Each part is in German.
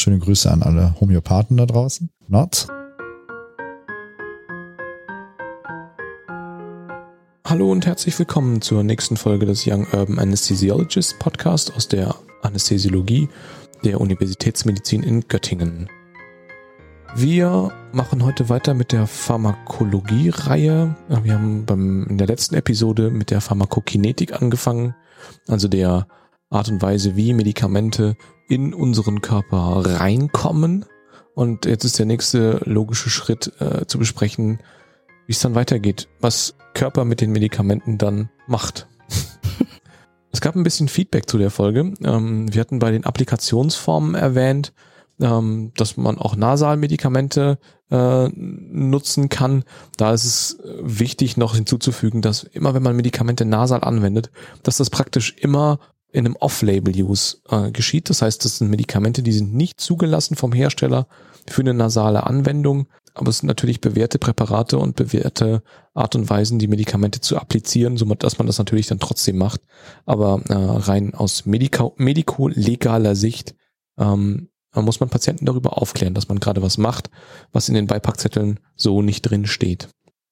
Schöne Grüße an alle Homöopathen da draußen. Not. Hallo und herzlich willkommen zur nächsten Folge des Young Urban Anesthesiologist Podcast aus der Anästhesiologie der Universitätsmedizin in Göttingen. Wir machen heute weiter mit der Pharmakologie-Reihe. Wir haben in der letzten Episode mit der Pharmakokinetik angefangen, also der Art und Weise, wie Medikamente in unseren Körper reinkommen. Und jetzt ist der nächste logische Schritt zu besprechen, wie es dann weitergeht, was Körper mit den Medikamenten dann macht. Es gab ein bisschen Feedback zu der Folge. Wir hatten bei den Applikationsformen erwähnt, dass man auch Nasalmedikamente nutzen kann. Da ist es wichtig noch hinzuzufügen, dass immer wenn man Medikamente nasal anwendet, dass das praktisch immer in einem Off-Label-Use geschieht. Das heißt, das sind Medikamente, die sind nicht zugelassen vom Hersteller für eine nasale Anwendung, aber es sind natürlich bewährte Präparate und bewährte Art und Weisen, die Medikamente zu applizieren, somit dass man das natürlich dann trotzdem macht. Aber rein aus medikolegaler Sicht muss man Patienten darüber aufklären, dass man gerade was macht, was in den Beipackzetteln so nicht drin steht.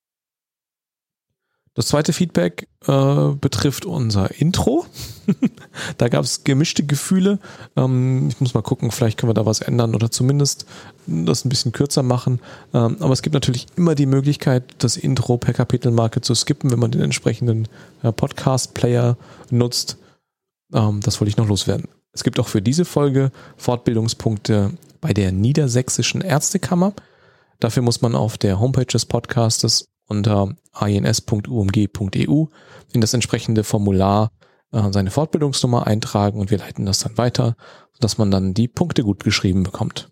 Das zweite Feedback betrifft unser Intro. Da gab es gemischte Gefühle. Ich muss mal gucken, vielleicht können wir da was ändern oder zumindest das ein bisschen kürzer machen. Aber es gibt natürlich immer die Möglichkeit, das Intro per Kapitelmarke zu skippen, wenn man den entsprechenden Podcast-Player nutzt. Das wollte ich noch loswerden. Es gibt auch für diese Folge Fortbildungspunkte bei der Niedersächsischen Ärztekammer. Dafür muss man auf der Homepage des Podcastes unter ans.umg.eu in das entsprechende Formular seine Fortbildungsnummer eintragen und wir leiten das dann weiter, sodass man dann die Punkte gut geschrieben bekommt.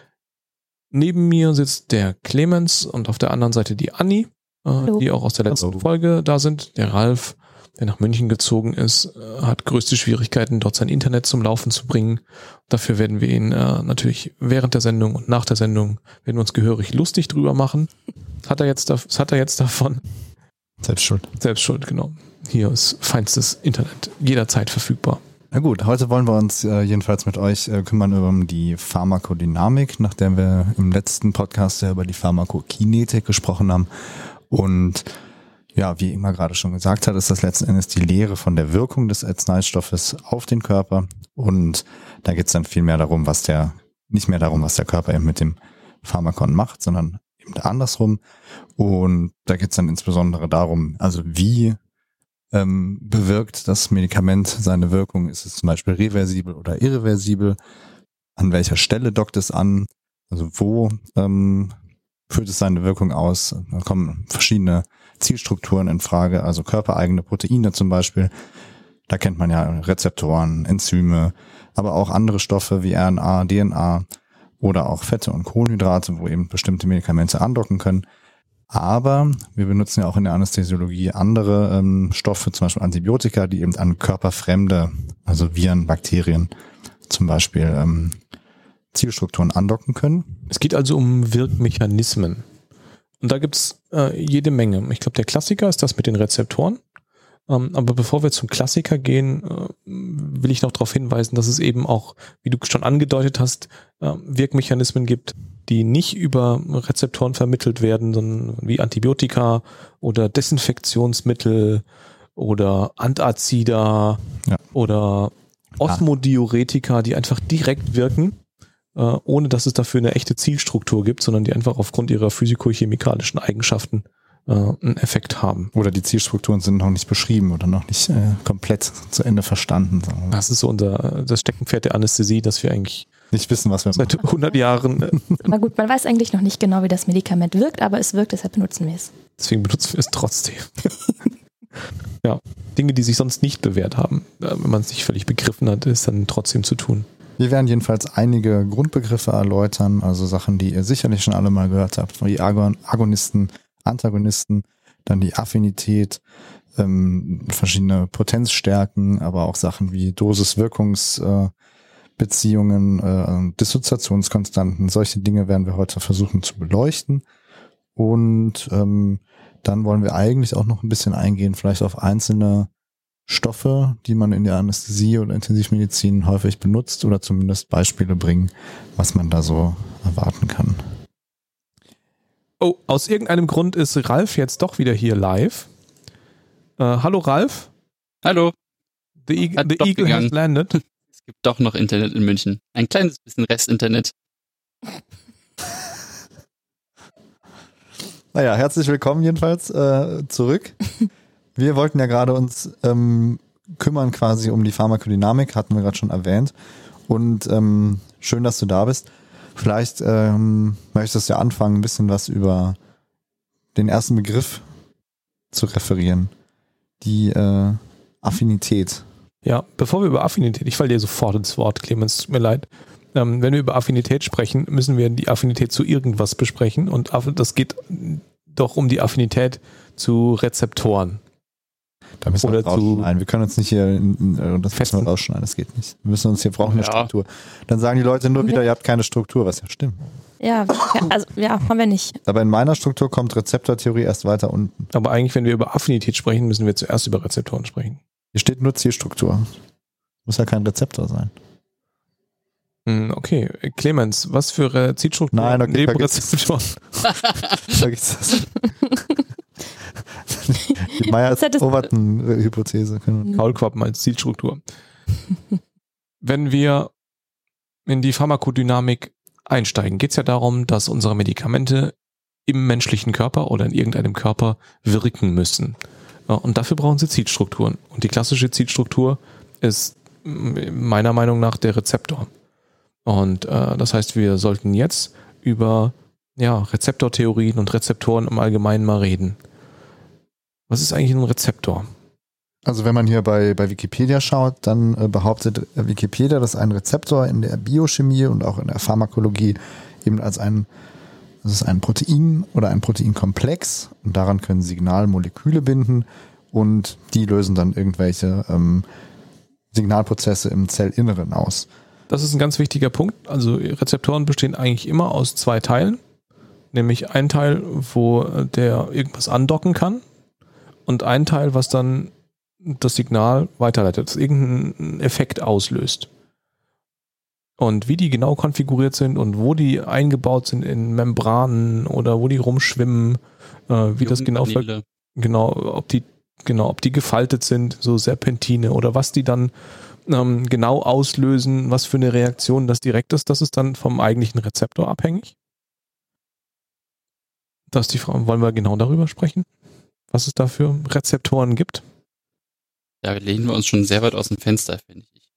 Neben mir sitzt der Clemens und auf der anderen Seite die Anni, die auch aus der letzten Folge da sind. Der Ralf, der nach München gezogen ist, hat größte Schwierigkeiten, dort sein Internet zum Laufen zu bringen. Dafür werden wir ihn natürlich während der Sendung und nach der Sendung werden wir uns gehörig lustig drüber machen. Was hat er jetzt davon? Selbst schuld, genau. Hier ist feinstes Internet, jederzeit verfügbar. Na gut, heute wollen wir uns jedenfalls mit euch kümmern um die Pharmakodynamik, nachdem wir im letzten Podcast ja über die Pharmakokinetik gesprochen haben. Und ja, wie Ingmar gerade schon gesagt hat, ist das letzten Endes die Lehre von der Wirkung des Arzneistoffes auf den Körper. Und da geht es dann viel mehr darum, nicht mehr darum, was der Körper eben mit dem Pharmakon macht, sondern eben andersrum. Und da geht es dann insbesondere darum, also wie bewirkt das Medikament seine Wirkung? Ist es zum Beispiel reversibel oder irreversibel? An welcher Stelle dockt es an? Also wo führt es seine Wirkung aus? Da kommen verschiedene Zielstrukturen in Frage, also körpereigene Proteine zum Beispiel. Da kennt man ja Rezeptoren, Enzyme, aber auch andere Stoffe wie RNA, DNA oder auch Fette und Kohlenhydrate, wo eben bestimmte Medikamente andocken können. Aber wir benutzen ja auch in der Anästhesiologie andere Stoffe, zum Beispiel Antibiotika, die eben an körperfremde, also Viren, Bakterien zum Beispiel Zielstrukturen andocken können. Es geht also um Wirkmechanismen. Und da gibt's jede Menge. Ich glaube, der Klassiker ist das mit den Rezeptoren. Aber bevor wir zum Klassiker gehen, will ich noch darauf hinweisen, dass es eben auch, wie du schon angedeutet hast, Wirkmechanismen gibt, die nicht über Rezeptoren vermittelt werden, sondern wie Antibiotika oder Desinfektionsmittel oder Antazida oder Osmodiuretika, die einfach direkt wirken, ohne dass es dafür eine echte Zielstruktur gibt, sondern die einfach aufgrund ihrer physikochemikalischen Eigenschaften einen Effekt haben. Oder die Zielstrukturen sind noch nicht beschrieben oder noch nicht komplett zu Ende verstanden. Das ist so das Steckenpferd der Anästhesie, dass wir eigentlich nicht wissen, was wir seit 100 Jahren. Na gut, man weiß eigentlich noch nicht genau, wie das Medikament wirkt, aber es wirkt, deshalb benutzen wir es. Deswegen benutzen wir es trotzdem. Ja, Dinge, die sich sonst nicht bewährt haben, wenn man es nicht völlig begriffen hat, ist dann trotzdem zu tun. Wir werden jedenfalls einige Grundbegriffe erläutern, also Sachen, die ihr sicherlich schon alle mal gehört habt, wie Agonisten, Antagonisten, dann die Affinität, verschiedene Potenzstärken, aber auch Sachen wie Dosis-Wirkungs-Beziehungen, Dissoziationskonstanten, solche Dinge werden wir heute versuchen zu beleuchten. Und dann wollen wir eigentlich auch noch ein bisschen eingehen, vielleicht auf einzelne Stoffe, die man in der Anästhesie oder Intensivmedizin häufig benutzt oder zumindest Beispiele bringen, was man da so erwarten kann. Oh, aus irgendeinem Grund ist Ralf jetzt doch wieder hier live. Hallo Ralf. Hallo. The Eagle has landed. Es gibt doch noch Internet in München. Ein kleines bisschen Restinternet. Naja, herzlich willkommen jedenfalls zurück. Wir wollten ja gerade uns kümmern quasi um die Pharmakodynamik, hatten wir gerade schon erwähnt. Und schön, dass du da bist. Vielleicht möchtest du ja anfangen, ein bisschen was über den ersten Begriff zu referieren. Die Affinität. Ja, bevor wir über Affinität, ich falle dir sofort ins Wort, Clemens, tut mir leid. Wenn wir über Affinität sprechen, müssen wir die Affinität zu irgendwas besprechen und das geht doch um die Affinität zu Rezeptoren. Da müssen wir rausschneiden. Wir können uns nicht hier das müssen wir rausschneiden, das geht nicht. Wir müssen uns hier brauchen eine Struktur. Dann sagen die Leute nur wieder, ihr habt keine Struktur, was ja stimmt. Ja, also haben wir nicht. Aber in meiner Struktur kommt Rezeptortheorie erst weiter unten. Aber eigentlich, wenn wir über Affinität sprechen, müssen wir zuerst über Rezeptoren sprechen. Hier steht nur Zielstruktur. Muss ja kein Rezeptor sein. Okay, Clemens, was für Zielstrukturen? Nein, okay, neben Rezeptoren? Vergiss das. Die Meyer-Overton-Hypothese. Kaulquappen als Zielstruktur. Wenn wir in die Pharmakodynamik einsteigen, geht es ja darum, dass unsere Medikamente im menschlichen Körper oder in irgendeinem Körper wirken müssen. Und dafür brauchen sie Zielstrukturen. Und die klassische Zielstruktur ist meiner Meinung nach der Rezeptor. Und das heißt, wir sollten jetzt über Rezeptortheorien und Rezeptoren im Allgemeinen mal reden. Was ist eigentlich ein Rezeptor? Also wenn man hier bei Wikipedia schaut, dann behauptet Wikipedia, dass ein Rezeptor in der Biochemie und auch in der Pharmakologie eben das ist ein Protein oder ein Proteinkomplex und daran können Signalmoleküle binden und die lösen dann irgendwelche Signalprozesse im Zellinneren aus. Das ist ein ganz wichtiger Punkt. Also Rezeptoren bestehen eigentlich immer aus zwei Teilen, nämlich ein Teil, wo der irgendwas andocken kann und ein Teil, was dann das Signal weiterleitet, das irgendeinen Effekt auslöst. Und wie die genau konfiguriert sind und wo die eingebaut sind in Membranen oder wo die rumschwimmen, wie das genau ob die gefaltet sind, so Serpentine oder was die dann genau auslösen, was für eine Reaktion das direkt ist, das ist dann vom eigentlichen Rezeptor abhängig. Das ist die Frage, wollen wir genau darüber sprechen, was es da für Rezeptoren gibt? Da lehnen wir uns schon sehr weit aus dem Fenster, finde ich.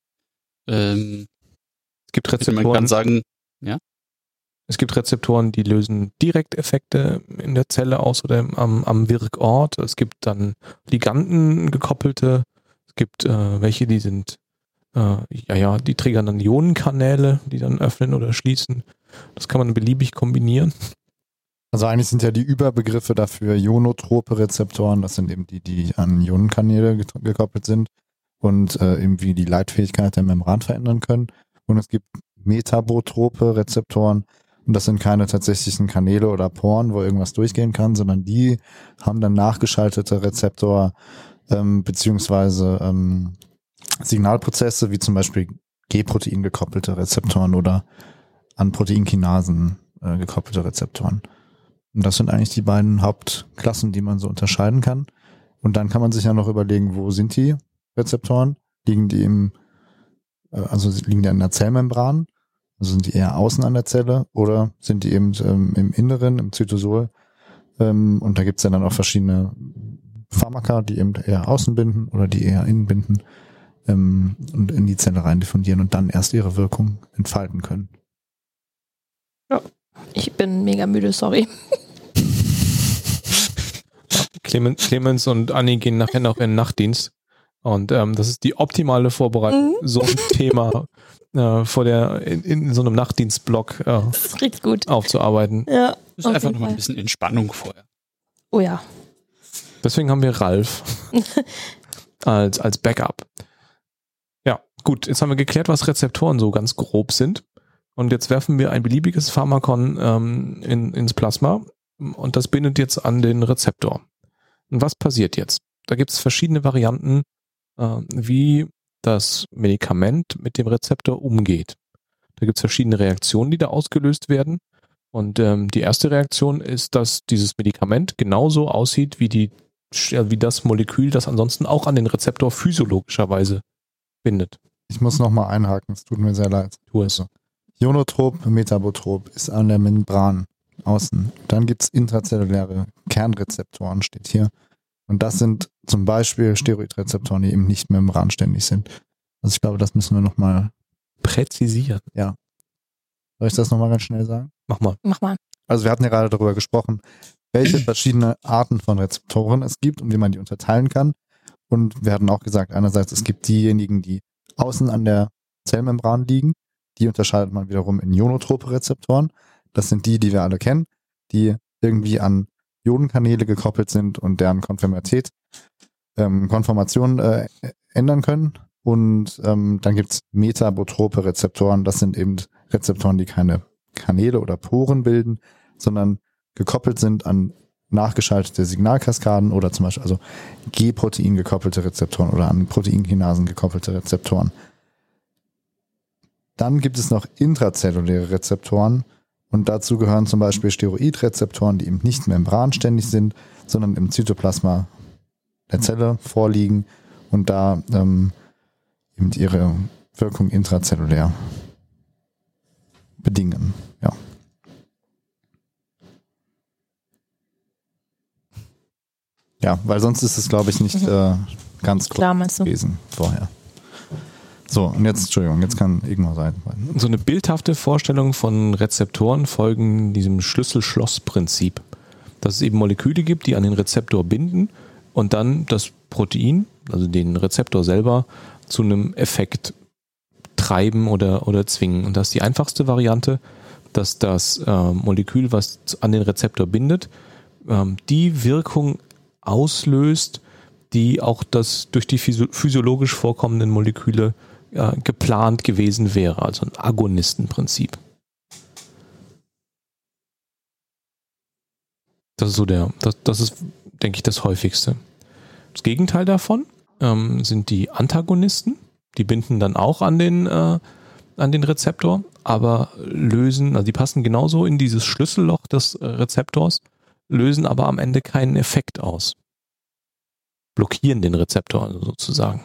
Es gibt Rezeptoren, man kann sagen, ja? Es gibt Rezeptoren, die lösen direkt Effekte in der Zelle aus oder am Wirkort. Es gibt dann Liganden gekoppelte. Es gibt welche, die sind die triggern dann Ionenkanäle, die dann öffnen oder schließen. Das kann man beliebig kombinieren. Also eigentlich sind ja die Überbegriffe dafür ionotrope Rezeptoren. Das sind eben die an Ionenkanäle gekoppelt sind und irgendwie die Leitfähigkeit der Membran verändern können. Und es gibt metabotrope Rezeptoren. Und das sind keine tatsächlichen Kanäle oder Poren, wo irgendwas durchgehen kann, sondern die haben dann nachgeschaltete Rezeptor beziehungsweise Signalprozesse, wie zum Beispiel G-Protein gekoppelte Rezeptoren oder an Proteinkinasen gekoppelte Rezeptoren. Und das sind eigentlich die beiden Hauptklassen, die man so unterscheiden kann. Und dann kann man sich ja noch überlegen, wo sind die Rezeptoren? Liegen die liegen die in der Zellmembran? Also sind die eher außen an der Zelle oder sind die eben im Inneren, im Zytosol? Und da gibt es ja dann auch verschiedene Pharmaka, die eben eher außen binden oder die eher innen binden und in die Zelle rein diffundieren und dann erst ihre Wirkung entfalten können. Ja, ich bin mega müde, sorry. Clemens und Anni gehen nachher noch in den Nachtdienst. Und das ist die optimale Vorbereitung, so ein Thema in so einem Nachtdienstblock aufzuarbeiten. Ja, das ist einfach nochmal ein bisschen Entspannung vorher. Oh ja. Deswegen haben wir Ralf als Backup. Ja, gut, jetzt haben wir geklärt, was Rezeptoren so ganz grob sind. Und jetzt werfen wir ein beliebiges Pharmakon ins Plasma und das bindet jetzt an den Rezeptor. Und was passiert jetzt? Da gibt es verschiedene Varianten, wie das Medikament mit dem Rezeptor umgeht. Da gibt es verschiedene Reaktionen, die da ausgelöst werden. Und die erste Reaktion ist, dass dieses Medikament genauso aussieht wie das Molekül, das ansonsten auch an den Rezeptor physiologischerweise bindet. Ich muss nochmal einhaken, es tut mir sehr leid. Tu es. Ionotrop, Metabotrop ist an der Membran außen. Dann gibt es intrazelluläre Kernrezeptoren, steht hier. Und das sind zum Beispiel Steroidrezeptoren, die eben nicht membranständig sind. Also ich glaube, das müssen wir nochmal präzisieren. Ja. Soll ich das nochmal ganz schnell sagen? Mach mal. Also wir hatten ja gerade darüber gesprochen, welche verschiedene Arten von Rezeptoren es gibt und wie man die unterteilen kann. Und wir hatten auch gesagt, einerseits es gibt diejenigen, die außen an der Zellmembran liegen. Die unterscheidet man wiederum in ionotrope Rezeptoren. Das sind die wir alle kennen, die irgendwie an Ionenkanäle gekoppelt sind und deren Konformation ändern können. Und dann gibt es metabotrope Rezeptoren. Das sind eben Rezeptoren, die keine Kanäle oder Poren bilden, sondern gekoppelt sind an nachgeschaltete Signalkaskaden oder zum Beispiel also G-Protein gekoppelte Rezeptoren oder an Proteinkinasen gekoppelte Rezeptoren. Dann gibt es noch intrazelluläre Rezeptoren und dazu gehören zum Beispiel Steroidrezeptoren, die eben nicht membranständig sind, sondern im Zytoplasma der Zelle vorliegen und da eben ihre Wirkung intrazellulär bedingen. Ja. Ja, weil sonst ist es, glaube ich, nicht ganz klar gewesen vorher. So, und jetzt, Entschuldigung, jetzt kann Ingmar sein. So eine bildhafte Vorstellung von Rezeptoren folgen diesem Schlüssel-Schloss-Prinzip. Dass es eben Moleküle gibt, die an den Rezeptor binden und dann das Protein, also den Rezeptor selber, zu einem Effekt treiben oder zwingen. Und das ist die einfachste Variante, dass das Molekül, was an den Rezeptor bindet, die Wirkung auslöst, die auch das durch die physiologisch vorkommenden Moleküle geplant gewesen wäre, also ein Agonistenprinzip. Das ist so das ist, denke ich, das häufigste. Das Gegenteil davon sind die Antagonisten. Die binden dann auch an den Rezeptor, aber die passen genauso in dieses Schlüsselloch des Rezeptors, lösen aber am Ende keinen Effekt aus. Blockieren den Rezeptor also sozusagen.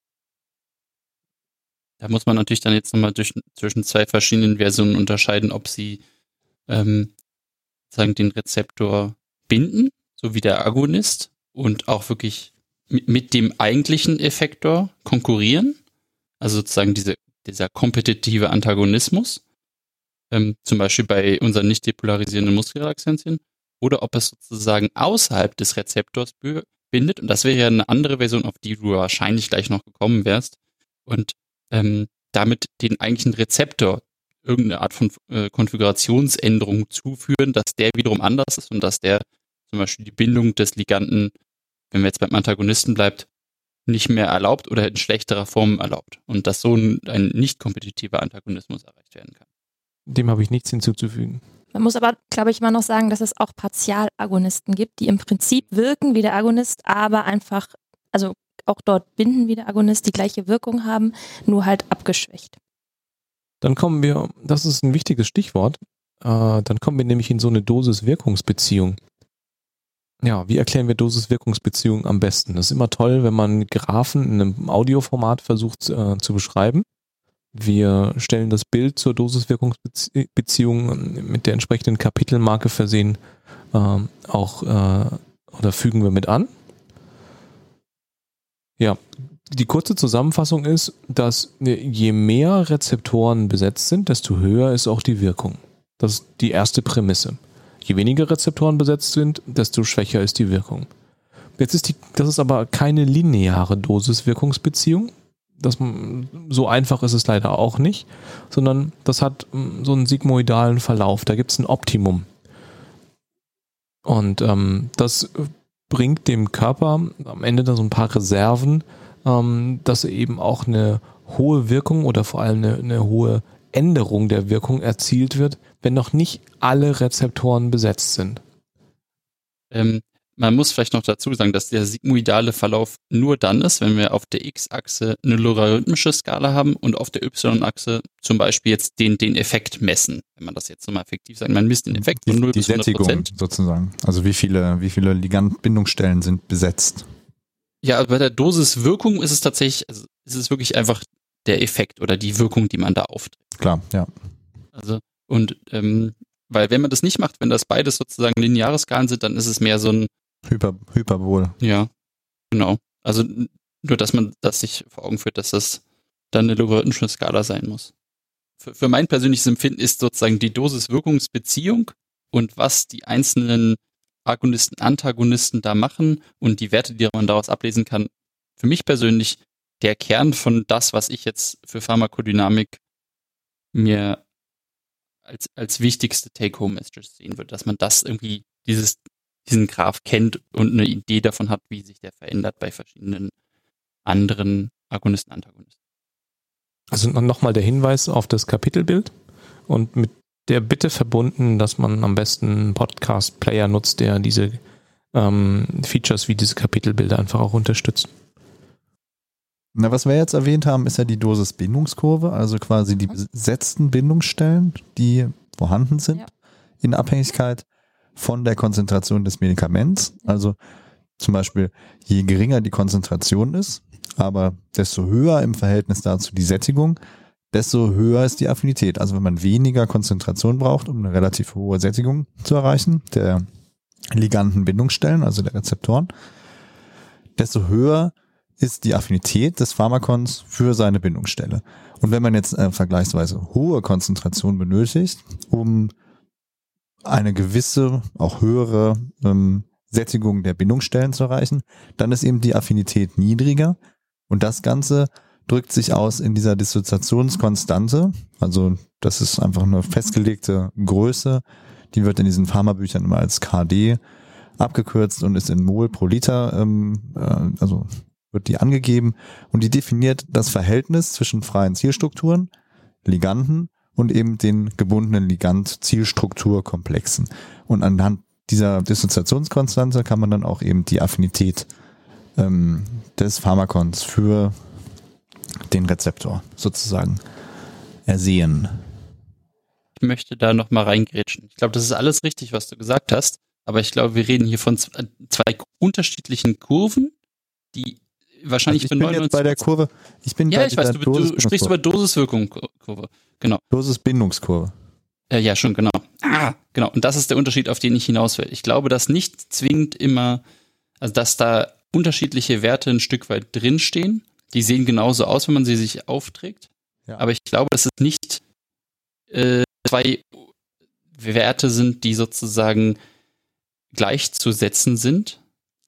Da muss man natürlich dann jetzt nochmal zwischen zwei verschiedenen Versionen unterscheiden, ob sie den Rezeptor binden, so wie der Agonist, und auch wirklich mit dem eigentlichen Effektor konkurrieren, also sozusagen dieser kompetitive Antagonismus, zum Beispiel bei unseren nicht depolarisierenden Muskelrelaxantien, oder ob es sozusagen außerhalb des Rezeptors bindet, und das wäre ja eine andere Version, auf die du wahrscheinlich gleich noch gekommen wärst, und damit den eigentlichen Rezeptor irgendeine Art von Konfigurationsänderung zuführen, dass der wiederum anders ist und dass der zum Beispiel die Bindung des Liganden, wenn wir jetzt beim Antagonisten bleibt, nicht mehr erlaubt oder in schlechterer Form erlaubt. Und dass so ein nicht kompetitiver Antagonismus erreicht werden kann. Dem habe ich nichts hinzuzufügen. Man muss aber, glaube ich, immer noch sagen, dass es auch Partialagonisten gibt, die im Prinzip wirken wie der Agonist, aber einfach, also auch dort binden wie der Agonist, die gleiche Wirkung haben, nur halt abgeschwächt. Dann kommen wir, das ist ein wichtiges Stichwort, dann kommen wir nämlich in so eine Dosis-Wirkungsbeziehung. Ja, wie erklären wir Dosis-Wirkungsbeziehungen am besten? Das ist immer toll, wenn man Graphen in einem Audioformat versucht zu beschreiben. Wir stellen das Bild zur Dosis-Wirkungsbeziehung mit der entsprechenden Kapitelmarke versehen oder fügen wir mit an. Ja, die kurze Zusammenfassung ist, dass je mehr Rezeptoren besetzt sind, desto höher ist auch die Wirkung. Das ist die erste Prämisse. Je weniger Rezeptoren besetzt sind, desto schwächer ist die Wirkung. Das ist aber keine lineare Dosis-Wirkungsbeziehung. So einfach ist es leider auch nicht, sondern das hat so einen sigmoidalen Verlauf. Da gibt es ein Optimum. Und das bringt dem Körper am Ende dann so ein paar Reserven, dass eben auch eine hohe Wirkung oder vor allem eine hohe Änderung der Wirkung erzielt wird, wenn noch nicht alle Rezeptoren besetzt sind. man muss vielleicht noch dazu sagen, dass der sigmoidale Verlauf nur dann ist, wenn wir auf der X-Achse eine logarithmische Skala haben und auf der Y-Achse zum Beispiel jetzt den Effekt messen. Wenn man das jetzt nochmal effektiv sagt, man misst den Effekt von 0 bis 100%. Die Sättigung sozusagen. Also wie viele Ligandbindungsstellen sind besetzt? Ja, bei der Dosiswirkung ist es tatsächlich, also ist es wirklich einfach der Effekt oder die Wirkung, die man da aufträgt. Klar, ja. Also, und weil wenn man das nicht macht, wenn das beides sozusagen lineare Skalen sind, dann ist es mehr so ein Hyperbol. Ja, genau. Also nur, dass man das sich vor Augen führt, dass das dann eine logarithmische Skala sein muss. Für mein persönliches Empfinden ist sozusagen die Dosis-Wirkungsbeziehung und was die einzelnen Agonisten, Antagonisten da machen und die Werte, die man daraus ablesen kann, für mich persönlich der Kern von das, was ich jetzt für Pharmakodynamik mir als wichtigste Take-Home-Message sehen würde, dass man das irgendwie, diesen Graph kennt und eine Idee davon hat, wie sich der verändert bei verschiedenen anderen Agonisten, Antagonisten. Also nochmal der Hinweis auf das Kapitelbild und mit der Bitte verbunden, dass man am besten einen Podcast-Player nutzt, der diese Features wie diese Kapitelbilder einfach auch unterstützt. Na, was wir jetzt erwähnt haben, ist ja die Dosis-Bindungskurve, also quasi die besetzten Bindungsstellen, die vorhanden sind, in Abhängigkeit von der Konzentration des Medikaments. Also zum Beispiel, je geringer die Konzentration ist, aber desto höher im Verhältnis dazu die Sättigung, desto höher ist die Affinität. Also wenn man weniger Konzentration braucht, um eine relativ hohe Sättigung zu erreichen, der liganden Bindungsstellen, also der Rezeptoren, desto höher ist die Affinität des Pharmakons für seine Bindungsstelle. Und wenn man jetzt vergleichsweise hohe Konzentration benötigt, um eine gewisse, auch höhere Sättigung der Bindungsstellen zu erreichen, dann ist eben die Affinität niedriger. Und das Ganze drückt sich aus in dieser Dissoziationskonstante. Also das ist einfach eine festgelegte Größe. Die wird in diesen Pharmabüchern immer als KD abgekürzt und ist in Mol pro Liter, also wird die angegeben. Und die definiert das Verhältnis zwischen freien Zielstrukturen, Liganden und eben den gebundenen Ligand-Zielstrukturkomplexen. Und anhand dieser Dissoziationskonstante kann man dann auch eben die Affinität des Pharmakons für den Rezeptor sozusagen ersehen. Ich möchte da nochmal reingrätschen. Ich glaube, das ist alles richtig, was du gesagt hast, aber ich glaube, wir reden hier von zwei unterschiedlichen Kurven, die wahrscheinlich also ich bin jetzt bei der Kurve. Ich bin bei ich weiß, du sprichst über Dosiswirkungskurve. Genau. Dosisbindungskurve. Ja, schon, genau. Genau. Und das ist der Unterschied, auf den ich hinaus will. Ich glaube, dass nicht zwingend immer, also dass da unterschiedliche Werte ein Stück weit drinstehen. Die sehen genauso aus, wenn man sie sich aufträgt. Ja. Aber ich glaube, dass es nicht zwei Werte sind, die sozusagen gleichzusetzen sind,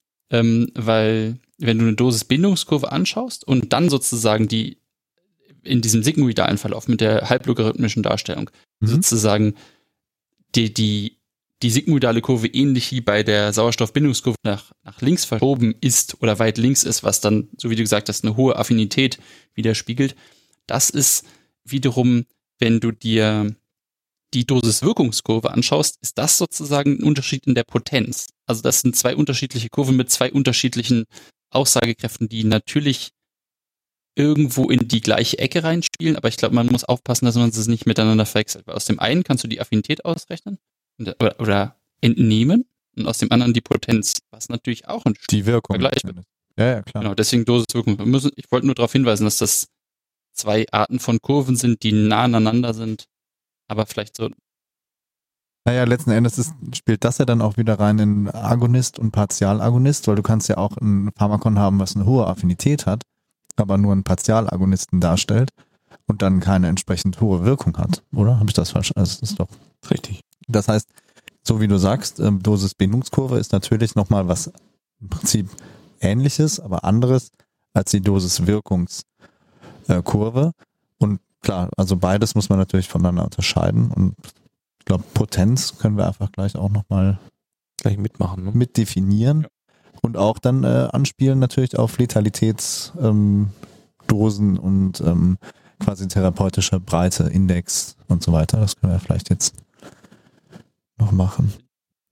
weil wenn du eine Dosis-Bindungskurve anschaust und dann sozusagen die in diesem sigmoidalen Verlauf mit der halblogarithmischen Darstellung sozusagen die sigmoidale Kurve ähnlich wie bei der Sauerstoffbindungskurve nach links verschoben ist oder weit links ist, was dann, so wie du gesagt hast, eine hohe Affinität widerspiegelt. Das ist wiederum, wenn du dir die Dosis-Wirkungskurve anschaust, ist das sozusagen ein Unterschied in der Potenz. Also das sind zwei unterschiedliche Kurven mit zwei unterschiedlichen Aussagekräften, die natürlich irgendwo in die gleiche Ecke reinspielen, aber ich glaube, man muss aufpassen, dass man es nicht miteinander verwechselt. Weil aus dem einen kannst du die Affinität ausrechnen oder entnehmen und aus dem anderen die Potenz, was natürlich auch ein die Wirkung Vergleich wird. Ja, klar. Genau, deswegen Dosiswirkung. Ich wollte nur darauf hinweisen, dass das zwei Arten von Kurven sind, die nah aneinander sind, aber vielleicht so. Naja, letzten Endes spielt das ja dann auch wieder rein in Agonist und Partialagonist, weil du kannst ja auch ein Pharmakon haben, was eine hohe Affinität hat, aber nur einen Partialagonisten darstellt und dann keine entsprechend hohe Wirkung hat, oder? Habe ich das falsch? Also das ist doch richtig. Das heißt, so wie du sagst, Dosis-Bindungskurve ist natürlich nochmal was im Prinzip Ähnliches, aber anderes als die Dosis-Wirkungskurve. Und klar, also beides muss man natürlich voneinander unterscheiden. Und ich glaube, Potenz können wir einfach gleich auch nochmal gleich mitmachen, ne? Mit definieren. Ja. Und auch dann anspielen natürlich auf Letalitätsdosen und quasi therapeutische Breite, Index und so weiter. Das können wir vielleicht jetzt noch machen.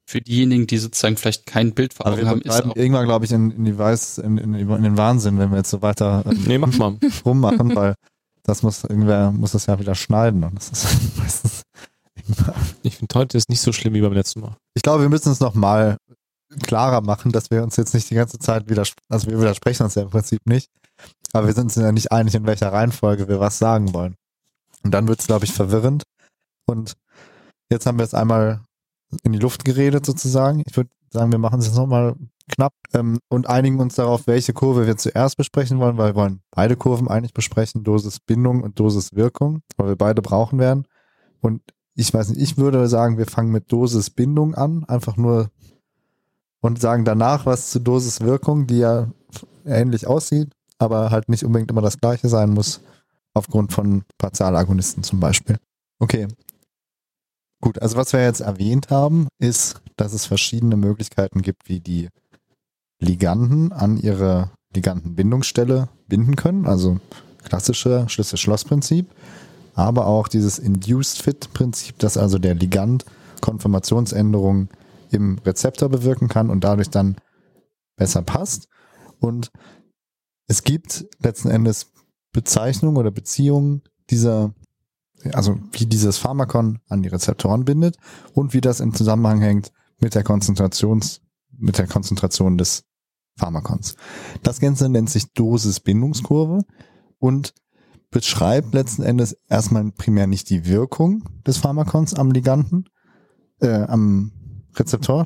für diejenigen, die sozusagen vielleicht kein Bild vor Augen haben, ist auch irgendwann, glaube ich, in den Wahnsinn, wenn wir jetzt so weiter mach mal. rummachen, weil das muss das ja wieder schneiden und das ist meistens Ich finde heute ist nicht so schlimm wie beim letzten Mal. Ich glaube, wir müssen es nochmal klarer machen, dass wir uns jetzt nicht die ganze Zeit wir widersprechen uns ja im Prinzip nicht, aber wir sind uns ja nicht einig, in welcher Reihenfolge wir was sagen wollen. Und dann wird es, glaube ich, verwirrend. Und jetzt haben wir es einmal in die Luft geredet sozusagen. Ich würde sagen, wir machen es jetzt nochmal knapp und einigen uns darauf, welche Kurve wir zuerst besprechen wollen, weil wir wollen beide Kurven eigentlich besprechen, Dosisbindung und Dosiswirkung, weil wir beide brauchen werden. Und ich weiß nicht, ich würde sagen, wir fangen mit Dosisbindung an, einfach nur und sagen danach was zu Dosiswirkung, die ja ähnlich aussieht, aber halt nicht unbedingt immer das gleiche sein muss, aufgrund von Partialagonisten zum Beispiel. Okay. Gut, also was wir jetzt erwähnt haben, ist, dass es verschiedene Möglichkeiten gibt, wie die Liganden an ihre Ligandenbindungsstelle binden können, also klassische Schlüssel-Schloss-Prinzip, aber auch dieses Induced-Fit-Prinzip, dass also der Ligand Konformationsänderungen im Rezeptor bewirken kann und dadurch dann besser passt. Und es gibt letzten Endes Bezeichnungen oder Beziehungen also wie dieses Pharmakon an die Rezeptoren bindet und wie das im Zusammenhang hängt mit der Konzentration des Pharmakons. Das Ganze nennt sich Dosis-Bindungskurve und beschreibt letzten Endes erstmal primär nicht die Wirkung des Pharmakons am Liganden, am Rezeptor,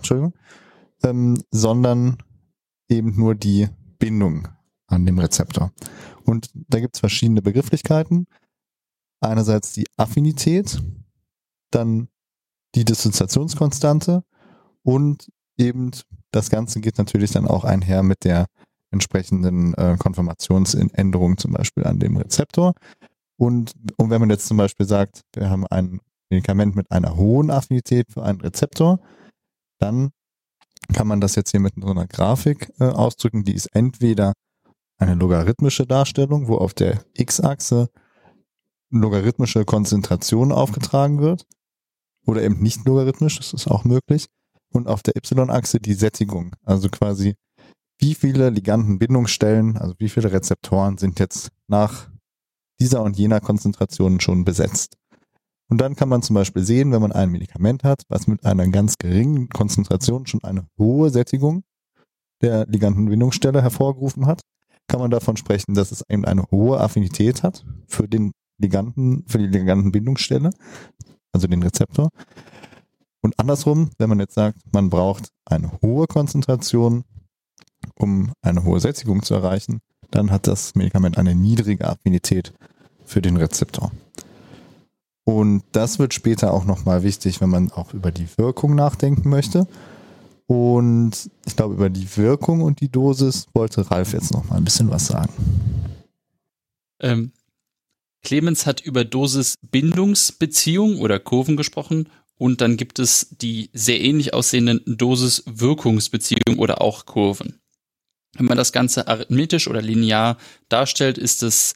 sondern eben nur die Bindung an dem Rezeptor. Und da gibt es verschiedene Begrifflichkeiten. Einerseits die Affinität, dann die Dissoziationskonstante und eben das Ganze geht natürlich dann auch einher mit der entsprechenden Konformationsänderung zum Beispiel an dem Rezeptor. Und wenn man jetzt zum Beispiel sagt, wir haben ein Medikament mit einer hohen Affinität für einen Rezeptor, dann kann man das jetzt hier mit so einer Grafik ausdrücken, die ist entweder eine logarithmische Darstellung, wo auf der X-Achse logarithmische Konzentration aufgetragen wird oder eben nicht logarithmisch, das ist auch möglich, und auf der Y-Achse die Sättigung, also quasi wie viele Ligandenbindungsstellen, also wie viele Rezeptoren sind jetzt nach dieser und jener Konzentration schon besetzt. Und dann kann man zum Beispiel sehen, wenn man ein Medikament hat, was mit einer ganz geringen Konzentration schon eine hohe Sättigung der Ligandenbindungsstelle hervorgerufen hat, kann man davon sprechen, dass es eben eine hohe Affinität hat für die Ligandenbindungsstelle, also den Rezeptor. Und andersrum, wenn man jetzt sagt, man braucht eine hohe Konzentration, um eine hohe Sättigung zu erreichen, dann hat das Medikament eine niedrige Affinität für den Rezeptor. Und das wird später auch nochmal wichtig, wenn man auch über die Wirkung nachdenken möchte. Und ich glaube, über die Wirkung und die Dosis wollte Ralf jetzt nochmal ein bisschen was sagen. Clemens hat über Dosis-Bindungsbeziehung oder Kurven gesprochen und dann gibt es die sehr ähnlich aussehenden Dosis-Wirkungsbeziehungen oder auch Kurven. Wenn man das Ganze arithmetisch oder linear darstellt, ist es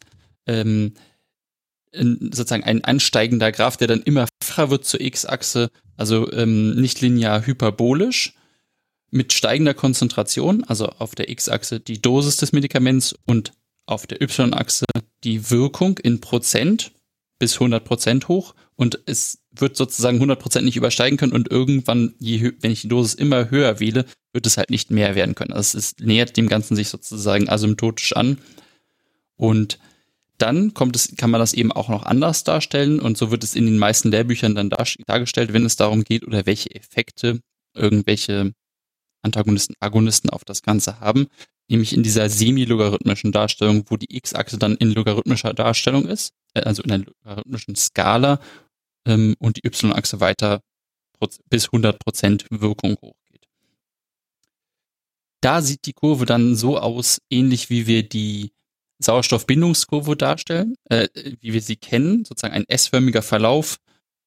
sozusagen ein ansteigender Graph, der dann immer flacher wird zur X-Achse, also nicht linear hyperbolisch, mit steigender Konzentration, also auf der X-Achse die Dosis des Medikaments und auf der Y-Achse die Wirkung in Prozent bis 100% hoch und es wird sozusagen 100% nicht übersteigen können und irgendwann, wenn ich die Dosis immer höher wähle, wird es halt nicht mehr werden können. Also es nähert dem Ganzen sich sozusagen asymptotisch an und dann kann man das eben auch noch anders darstellen und so wird es in den meisten Lehrbüchern dann dargestellt, wenn es darum geht oder welche Effekte irgendwelche Antagonisten, Agonisten auf das Ganze haben, nämlich in dieser semi-logarithmischen Darstellung, wo die X-Achse dann in logarithmischer Darstellung ist, also in einer logarithmischen Skala und die Y-Achse weiter bis 100% Wirkung hochgeht. Da sieht die Kurve dann so aus, ähnlich wie wir die Sauerstoffbindungskurve darstellen, wie wir sie kennen, sozusagen ein S-förmiger Verlauf,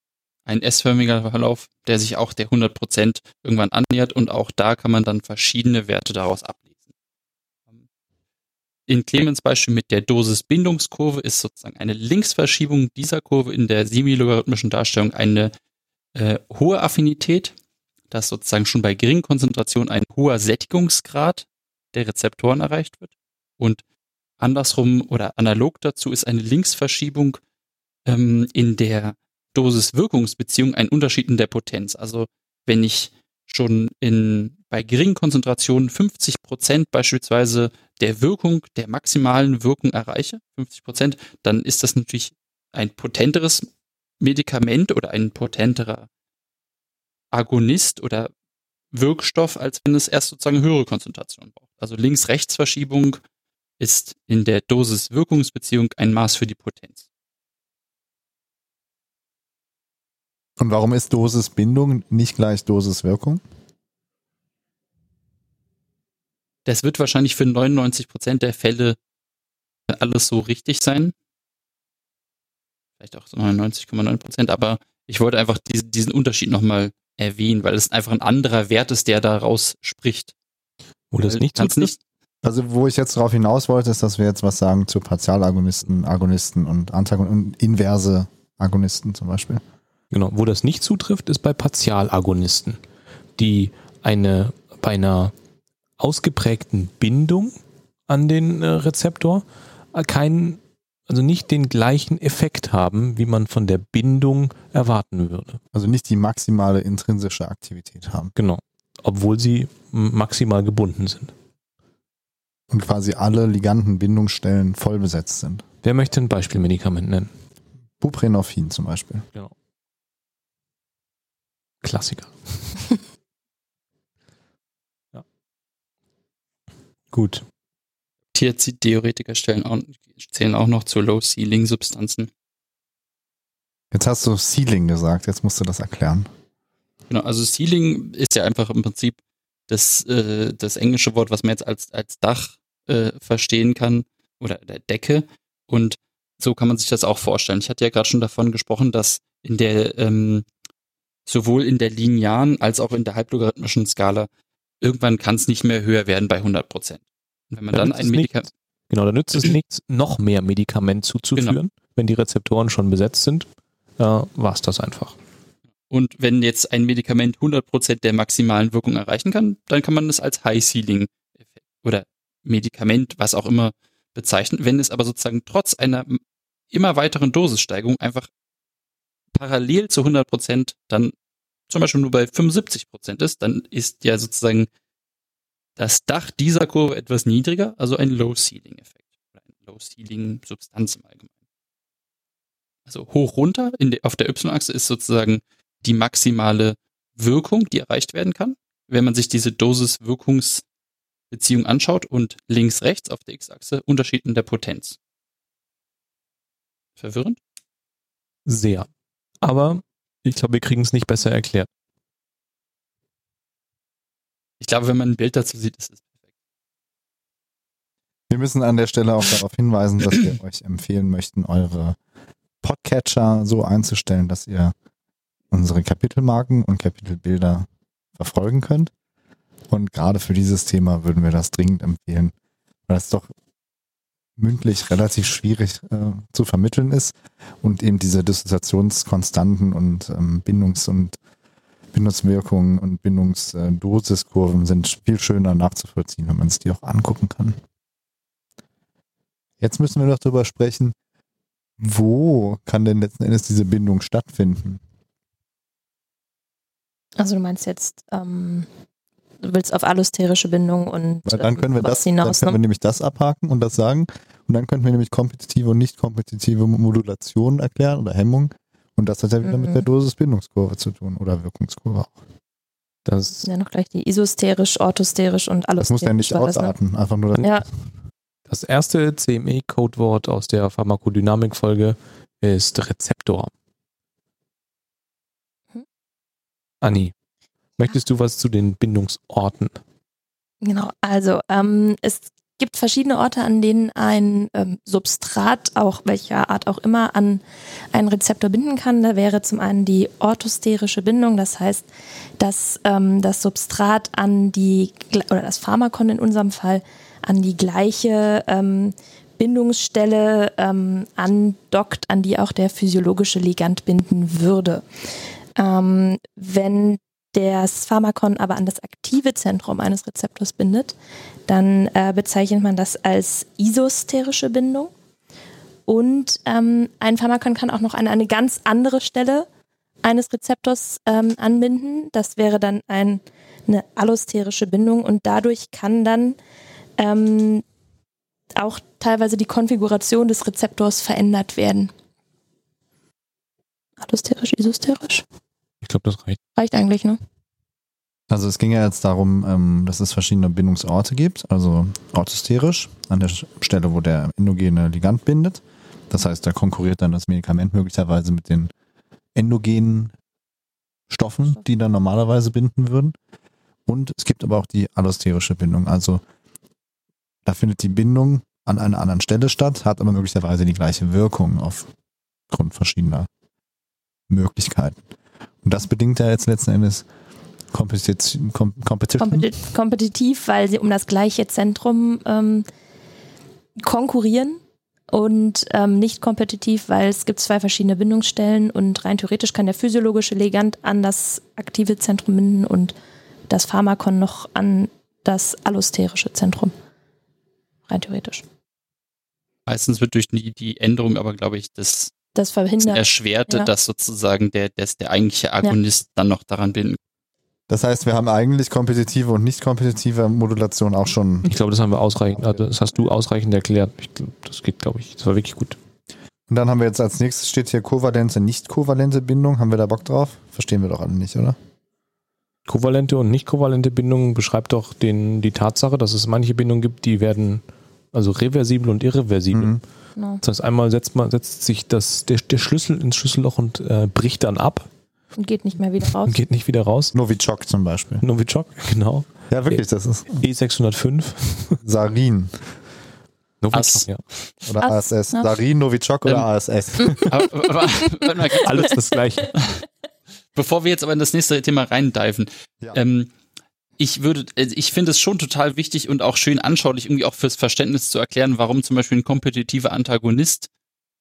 der sich auch der 100% irgendwann annähert und auch da kann man dann verschiedene Werte daraus ablesen. In Clemens Beispiel mit der Dosis-Bindungskurve ist sozusagen eine Linksverschiebung dieser Kurve in der semi-logarithmischen Darstellung eine hohe Affinität dass sozusagen schon bei geringen Konzentrationen ein hoher Sättigungsgrad der Rezeptoren erreicht wird. Und andersrum oder analog dazu ist eine Linksverschiebung in der Dosis-Wirkungsbeziehung ein Unterschied in der Potenz. Also wenn ich schon bei geringen Konzentrationen 50% beispielsweise der Wirkung, der maximalen Wirkung erreiche, 50%, dann ist das natürlich ein potenteres Medikament oder ein potenterer Agonist oder Wirkstoff, als wenn es erst sozusagen höhere Konzentrationen braucht. Also Links-Rechts-Verschiebung ist in der Dosis-Wirkungsbeziehung ein Maß für die Potenz. Und warum ist Dosisbindung nicht gleich Dosiswirkung? Das wird wahrscheinlich für 99% der Fälle alles so richtig sein. Vielleicht auch so 99,9%, aber ich wollte einfach diesen Unterschied nochmal erwähnen, weil es einfach ein anderer Wert ist, der daraus spricht. Wo das nicht zutrifft? Also wo ich jetzt darauf hinaus wollte, ist, dass wir jetzt was sagen zu Partialagonisten, Agonisten und Antagonisten und inverse Agonisten zum Beispiel. Genau, wo das nicht zutrifft, ist bei Partialagonisten, die bei einer ausgeprägten Bindung an den Rezeptor also nicht den gleichen Effekt haben, wie man von der Bindung erwarten würde. Also nicht die maximale intrinsische Aktivität haben. Genau, obwohl sie maximal gebunden sind. Und quasi alle Liganden-Bindungsstellen voll besetzt sind. Wer möchte ein Beispielmedikament nennen? Buprenorphin zum Beispiel. Genau. Klassiker. Ja. Gut. Tierzid-Diuretiker zählen auch noch zu Low-Ceiling-Substanzen. Jetzt hast du Ceiling gesagt, jetzt musst du das erklären. Genau, also Ceiling ist ja einfach im Prinzip das englische Wort, was man jetzt als Dach verstehen kann oder der Decke. Und so kann man sich das auch vorstellen. Ich hatte ja gerade schon davon gesprochen, dass in der sowohl in der linearen als auch in der halblogarithmischen Skala irgendwann kann es nicht mehr höher werden bei 100%. Und wenn man dann ein Medikament... Genau, da nützt es nichts, noch mehr Medikament zuzuführen. Genau. Wenn die Rezeptoren schon besetzt sind, war es das einfach. Und wenn jetzt ein Medikament 100% der maximalen Wirkung erreichen kann, dann kann man es als High-Ceiling-Effekt oder Medikament, was auch immer, bezeichnen. Wenn es aber sozusagen trotz einer immer weiteren Dosissteigerung einfach parallel zu 100% dann zum Beispiel nur bei 75% ist, dann ist ja sozusagen das Dach dieser Kurve etwas niedriger, also ein Low-Ceiling-Effekt oder eine Low-Ceiling-Substanz im Allgemeinen. Also hoch runter auf der Y-Achse ist sozusagen die maximale Wirkung, die erreicht werden kann, wenn man sich diese Dosis-Wirkungsbeziehung anschaut, und links, rechts auf der X-Achse Unterschied in der Potenz. Verwirrend? Sehr. Aber ich glaube, wir kriegen es nicht besser erklärt. Ich glaube, wenn man ein Bild dazu sieht, ist es perfekt. Wir müssen an der Stelle auch darauf hinweisen, dass wir euch empfehlen möchten, eure Podcatcher so einzustellen, dass ihr unsere Kapitelmarken und Kapitelbilder verfolgen könnt. Und gerade für dieses Thema würden wir das dringend empfehlen, weil es doch mündlich relativ schwierig zu vermitteln ist und eben diese Dissoziationskonstanten und Bindungswirkungen und Bindungsdosiskurven sind viel schöner nachzuvollziehen, wenn man es die auch angucken kann. Jetzt müssen wir noch darüber sprechen, wo kann denn letzten Endes diese Bindung stattfinden? Also du meinst jetzt, du willst auf allosterische Bindung und weil dann können wir was hinaus, dann können wir nämlich das abhaken und das sagen, und dann könnten wir nämlich kompetitive und nicht kompetitive Modulation erklären oder Hemmung, und das hat ja wieder mit der Dosis-Bindungskurve zu tun oder Wirkungskurve auch. Das ja noch gleich die isosterisch, orthosterisch und allosterisch. Das muss ja nicht ausarten, einfach nur ja. Das erste CME-Codewort aus der Pharmakodynamik-Folge ist Rezeptor. Anni, möchtest du was zu den Bindungsorten? Genau, also es gibt verschiedene Orte, an denen ein Substrat, auch welcher Art auch immer, an einen Rezeptor binden kann. Da wäre zum einen die orthosterische Bindung, das heißt, dass das Substrat oder das Pharmakon in unserem Fall an die gleiche Bindungsstelle andockt, an die auch der physiologische Ligand binden würde. Wenn das Pharmakon aber an das aktive Zentrum eines Rezeptors bindet, dann bezeichnet man das als isosterische Bindung. Und ein Pharmakon kann auch noch an eine ganz andere Stelle eines Rezeptors anbinden. Das wäre dann eine allosterische Bindung und dadurch kann dann auch teilweise die Konfiguration des Rezeptors verändert werden. Allosterisch, isosterisch? Ich glaube, das reicht. Reicht eigentlich, ne? Also es ging ja jetzt darum, dass es verschiedene Bindungsorte gibt, also orthosterisch, an der Stelle, wo der endogene Ligand bindet. Das heißt, da konkurriert dann das Medikament möglicherweise mit den endogenen Stoffen, die dann normalerweise binden würden. Und es gibt aber auch die allosterische Bindung, also da findet die Bindung an einer anderen Stelle statt, hat aber möglicherweise die gleiche Wirkung aufgrund verschiedener Möglichkeiten. Und das bedingt ja jetzt letzten Endes Competition. Kompetitiv, weil sie um das gleiche Zentrum konkurrieren und nicht kompetitiv, weil es gibt 2 verschiedene Bindungsstellen und rein theoretisch kann der physiologische Ligand an das aktive Zentrum binden und das Pharmakon noch an das allosterische Zentrum. Rein theoretisch. Meistens wird durch die Änderung aber, glaube ich, das verhindert. Erschwerte, dass sozusagen der eigentliche Agonist dann noch daran binden. Das heißt, wir haben eigentlich kompetitive und nicht kompetitive Modulation auch schon. Ich glaube, das haben wir ausreichend, also das hast du ausreichend erklärt. Das geht, glaube ich, das war wirklich gut. Und dann haben wir jetzt als nächstes steht hier kovalente, nicht kovalente Bindung. Haben wir da Bock drauf? Verstehen wir doch alle nicht, oder? Kovalente und nicht kovalente Bindungen beschreibt doch die Tatsache, dass es manche Bindungen gibt, die werden also reversibel und irreversibel. Mhm. Genau. Das heißt, einmal setzt sich der Schlüssel ins Schlüsselloch und bricht dann ab. Und geht nicht mehr wieder raus. Und geht nicht wieder raus. Novichok zum Beispiel. Novichok, genau. Ja, wirklich, das ist E605. Sarin. Novichok, ja. Oder ASS. Ja. Sarin, Novichok oder ASS. Alles das Gleiche. Bevor wir jetzt aber in das nächste Thema reindiven, Ja. ich finde es schon total wichtig und auch schön anschaulich, irgendwie auch fürs Verständnis zu erklären, warum zum Beispiel ein kompetitiver Antagonist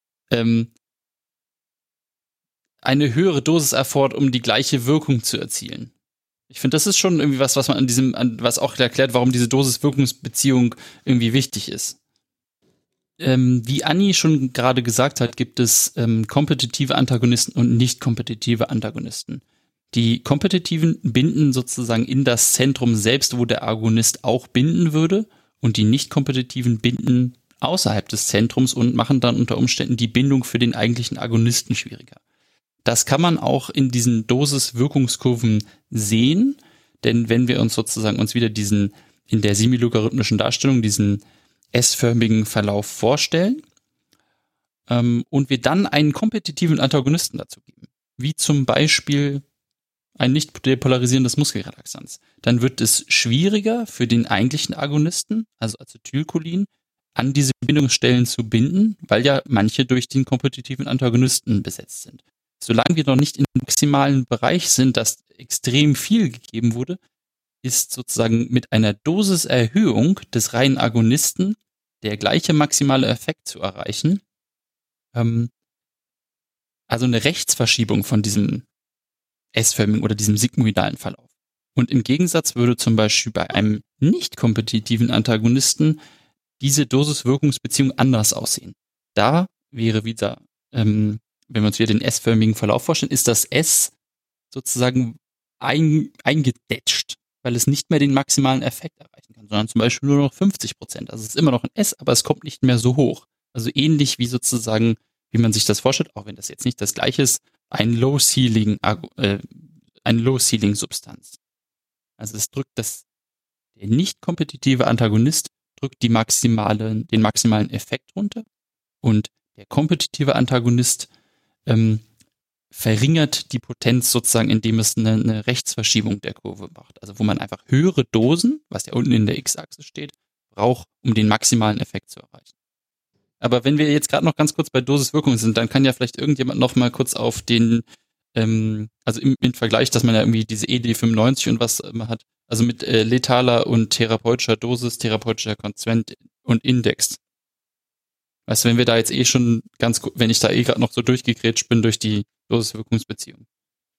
eine höhere Dosis erfordert, um die gleiche Wirkung zu erzielen. Ich finde, das ist schon irgendwie was man was auch erklärt, warum diese Dosis-Wirkungsbeziehung irgendwie wichtig ist. Wie Anni schon gerade gesagt hat, gibt es kompetitive Antagonisten und nicht kompetitive Antagonisten. Die kompetitiven binden sozusagen in das Zentrum selbst, wo der Agonist auch binden würde, und die nicht kompetitiven binden außerhalb des Zentrums und machen dann unter Umständen die Bindung für den eigentlichen Agonisten schwieriger. Das kann man auch in diesen Dosis-Wirkungskurven sehen, denn wenn wir uns sozusagen wieder in der semilogarithmischen Darstellung diesen S-förmigen Verlauf vorstellen und wir dann einen kompetitiven Antagonisten dazu geben, wie zum Beispiel ein nicht depolarisierendes Muskelrelaxanz, dann wird es schwieriger für den eigentlichen Agonisten, also Acetylcholin, an diese Bindungsstellen zu binden, weil ja manche durch den kompetitiven Antagonisten besetzt sind. Solange wir noch nicht im maximalen Bereich sind, dass extrem viel gegeben wurde, ist sozusagen mit einer Dosiserhöhung des reinen Agonisten der gleiche maximale Effekt zu erreichen. Also eine Rechtsverschiebung von diesem S-förmigen oder diesem sigmoidalen Verlauf. Und im Gegensatz würde zum Beispiel bei einem nicht kompetitiven Antagonisten diese Dosis-Wirkungsbeziehung anders aussehen. Da wäre wieder, wenn wir uns wieder den S-förmigen Verlauf vorstellen, ist das S sozusagen eingedetscht, weil es nicht mehr den maximalen Effekt erreichen kann, sondern zum Beispiel nur noch 50%. Also es ist immer noch ein S, aber es kommt nicht mehr so hoch. Also ähnlich wie sozusagen, wie man sich das vorstellt, auch wenn das jetzt nicht das gleiche ist, eine Low-Ceiling-Substanz. Also es drückt der nicht kompetitive Antagonist drückt den maximalen Effekt runter und der kompetitive Antagonist verringert die Potenz sozusagen, indem es eine Rechtsverschiebung der Kurve macht. Also wo man einfach höhere Dosen, was ja unten in der X-Achse steht, braucht, um den maximalen Effekt zu erreichen. Aber wenn wir jetzt gerade noch ganz kurz bei Dosiswirkung sind, dann kann ja vielleicht irgendjemand noch mal kurz auf den, also im Vergleich, dass man ja irgendwie diese ED95 und was hat, also mit letaler und therapeutischer Dosis, therapeutischer Konsequenz und Index. Weißt du, wenn wir da jetzt wenn ich da gerade noch so durchgegrätscht bin durch die Dosiswirkungsbeziehung.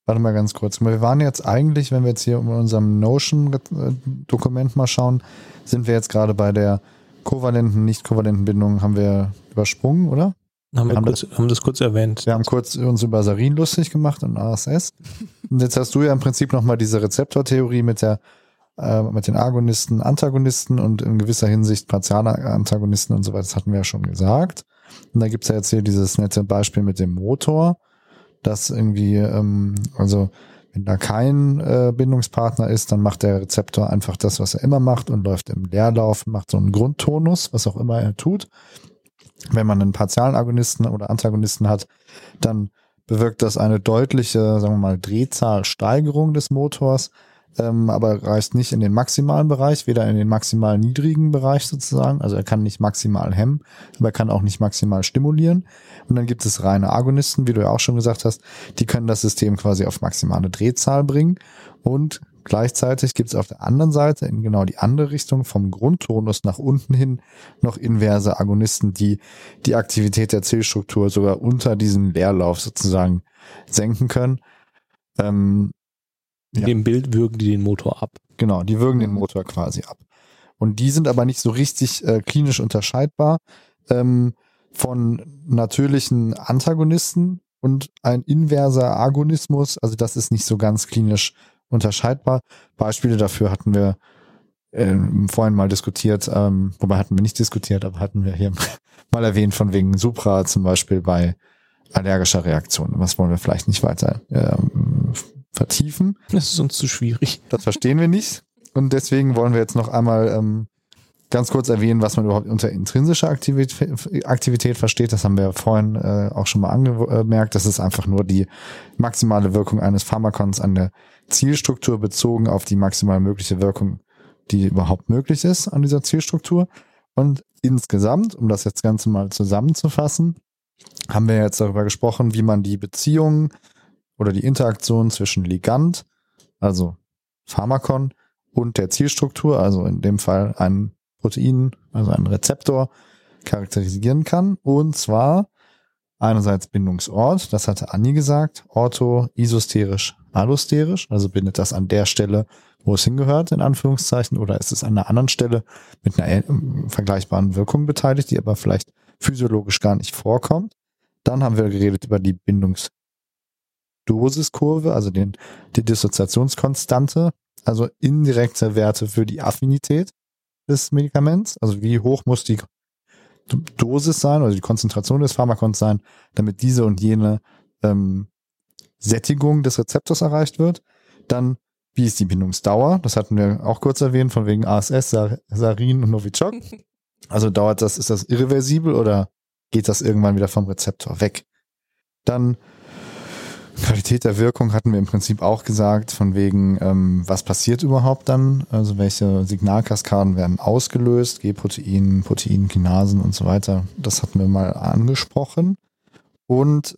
Warte mal ganz kurz. Wir waren jetzt eigentlich, wenn wir jetzt hier in unserem Notion-Dokument mal schauen, sind wir jetzt gerade bei der kovalenten, nicht kovalenten Bindung, haben wir übersprungen, oder? Haben das kurz erwähnt. Wir haben kurz uns über Sarin lustig gemacht und ASS. Und jetzt hast du ja im Prinzip nochmal diese Rezeptortheorie mit den Agonisten, Antagonisten und in gewisser Hinsicht partiale Antagonisten und so weiter. Das hatten wir ja schon gesagt. Und da gibt's ja jetzt hier dieses nette Beispiel mit dem Motor, dass irgendwie, also wenn da kein Bindungspartner ist, dann macht der Rezeptor einfach das, was er immer macht und läuft im Leerlauf, macht so einen Grundtonus, was auch immer er tut. Wenn man einen partialen Agonisten oder Antagonisten hat, dann bewirkt das eine deutliche, sagen wir mal, Drehzahlsteigerung des Motors, aber reicht nicht in den maximalen Bereich, weder in den maximal niedrigen Bereich sozusagen, also er kann nicht maximal hemmen, aber er kann auch nicht maximal stimulieren. Und dann gibt es reine Agonisten, wie du ja auch schon gesagt hast, die können das System quasi auf maximale Drehzahl bringen und gleichzeitig gibt es auf der anderen Seite in genau die andere Richtung vom Grundtonus nach unten hin noch inverse Agonisten, die die Aktivität der Zellstruktur sogar unter diesem Leerlauf sozusagen senken können. In dem Bild würgen die den Motor ab. Genau, die würgen den Motor quasi ab. Und die sind aber nicht so richtig klinisch unterscheidbar von natürlichen Antagonisten und ein inverser Agonismus, also das ist nicht so ganz klinisch unterscheidbar. Beispiele dafür hatten wir vorhin mal diskutiert, wobei hatten wir nicht diskutiert, aber hatten wir hier mal erwähnt von wegen Supra zum Beispiel bei allergischer Reaktion. Was wollen wir vielleicht nicht weiter vertiefen. Das ist uns zu schwierig. Das verstehen wir nicht. Und deswegen wollen wir jetzt noch einmal ganz kurz erwähnen, was man überhaupt unter intrinsischer Aktivität versteht. Das haben wir vorhin auch schon mal angemerkt. Das ist einfach nur die maximale Wirkung eines Pharmakons an der Zielstruktur bezogen auf die maximal mögliche Wirkung, die überhaupt möglich ist an dieser Zielstruktur. Und insgesamt, um das jetzt Ganze mal zusammenzufassen, haben wir jetzt darüber gesprochen, wie man die Beziehungen oder die Interaktion zwischen Ligand, also Pharmakon, und der Zielstruktur, also in dem Fall ein Protein, also ein Rezeptor, charakterisieren kann. Und zwar einerseits Bindungsort, das hatte Anni gesagt, ortho, isosterisch, allosterisch, also bindet das an der Stelle, wo es hingehört, in Anführungszeichen, oder ist es an einer anderen Stelle mit einer vergleichbaren Wirkung beteiligt, die aber vielleicht physiologisch gar nicht vorkommt. Dann haben wir geredet über die Bindungsdosiskurve, also die Dissoziationskonstante, also indirekte Werte für die Affinität des Medikaments, also wie hoch muss die Dosis sein, oder die Konzentration des Pharmakons sein, damit diese und jene Sättigung des Rezeptors erreicht wird. Dann, wie ist die Bindungsdauer? Das hatten wir auch kurz erwähnt, von wegen ASS, Sarin und Novichok. Also ist das irreversibel oder geht das irgendwann wieder vom Rezeptor weg? Dann Qualität der Wirkung hatten wir im Prinzip auch gesagt, von wegen, was passiert überhaupt dann? Also welche Signalkaskaden werden ausgelöst, G-Protein, Proteinkinasen und so weiter. Das hatten wir mal angesprochen. Und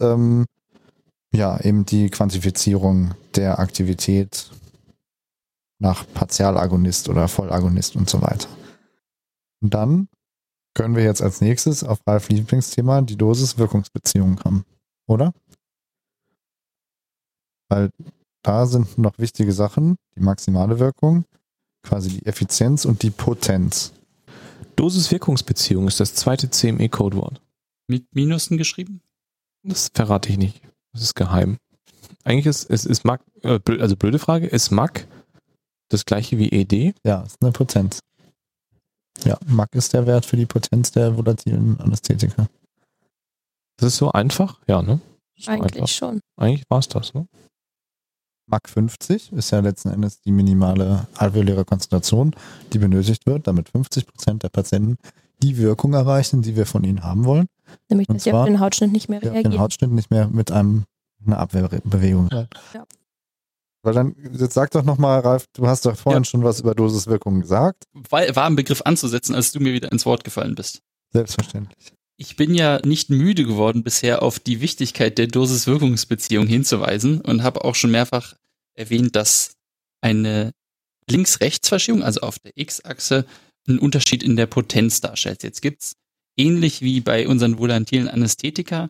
eben die Quantifizierung der Aktivität nach Partialagonist oder Vollagonist und so weiter. Und dann können wir jetzt als nächstes auf Ralf Lieblingsthema die Dosis-Wirkungsbeziehung kommen, oder? Weil da sind noch wichtige Sachen, die maximale Wirkung, quasi die Effizienz und die Potenz. Dosis-Wirkungsbeziehung ist das zweite CME-Codewort. Mit Minusen geschrieben? Das verrate ich nicht. Das ist geheim. Eigentlich ist MAC, also blöde Frage, ist MAC das gleiche wie ED? Ja, ist eine Potenz. Ja, MAC ist der Wert für die Potenz der volatilen Anästhetika. Das ist so einfach? Ja, ne? Eigentlich einfach. Schon. Eigentlich war es das, ne? MAC 50 ist ja letzten Endes die minimale alveoläre Konzentration, die benötigt wird, damit 50% der Patienten die Wirkung erreichen, die wir von ihnen haben wollen. Nämlich, dass sie auf den Hautschnitt nicht mehr reagieren. Den Hautschnitt nicht mehr mit einer Abwehrbewegung. Ja. Weil dann, jetzt sag doch nochmal, Ralf, du hast doch vorhin schon was über Dosiswirkung gesagt. War ein Begriff anzusetzen, als du mir wieder ins Wort gefallen bist. Selbstverständlich. Ich bin ja nicht müde geworden, bisher auf die Wichtigkeit der Dosis-Wirkungsbeziehung hinzuweisen und habe auch schon mehrfach erwähnt, dass eine Links-Rechts-Verschiebung, also auf der X-Achse, einen Unterschied in der Potenz darstellt. Jetzt gibt's ähnlich wie bei unseren volatilen Anästhetika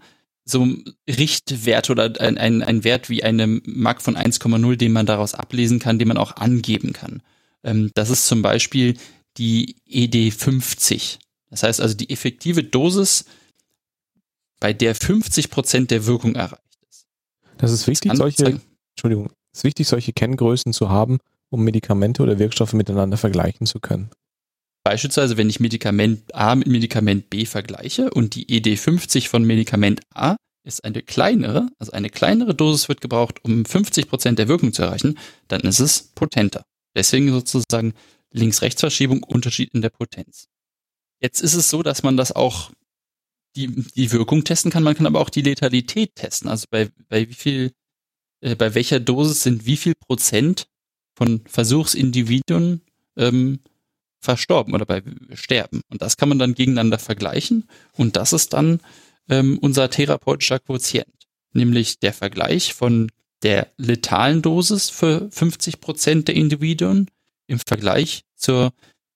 so Richtwert oder ein Wert wie eine Mark von 1,0, den man daraus ablesen kann, den man auch angeben kann. Das ist zum Beispiel die ED50. Das heißt also die effektive Dosis, bei der 50% der Wirkung erreicht ist. Das ist wichtig, solche Kenngrößen zu haben, um Medikamente oder Wirkstoffe miteinander vergleichen zu können. Beispielsweise, wenn ich Medikament A mit Medikament B vergleiche und die ED50 von Medikament A ist eine kleinere Dosis wird gebraucht, um 50% der Wirkung zu erreichen, dann ist es potenter. Deswegen sozusagen Links-Rechts-Verschiebung, Unterschied in der Potenz. Jetzt ist es so, dass man das auch die Wirkung testen kann, man kann aber auch die Letalität testen. Also bei welcher Dosis sind wie viel Prozent von Versuchsindividuen verstorben oder bei Sterben. Und das kann man dann gegeneinander vergleichen und das ist dann unser therapeutischer Quotient, nämlich der Vergleich von der letalen Dosis für 50% der Individuen im Vergleich zur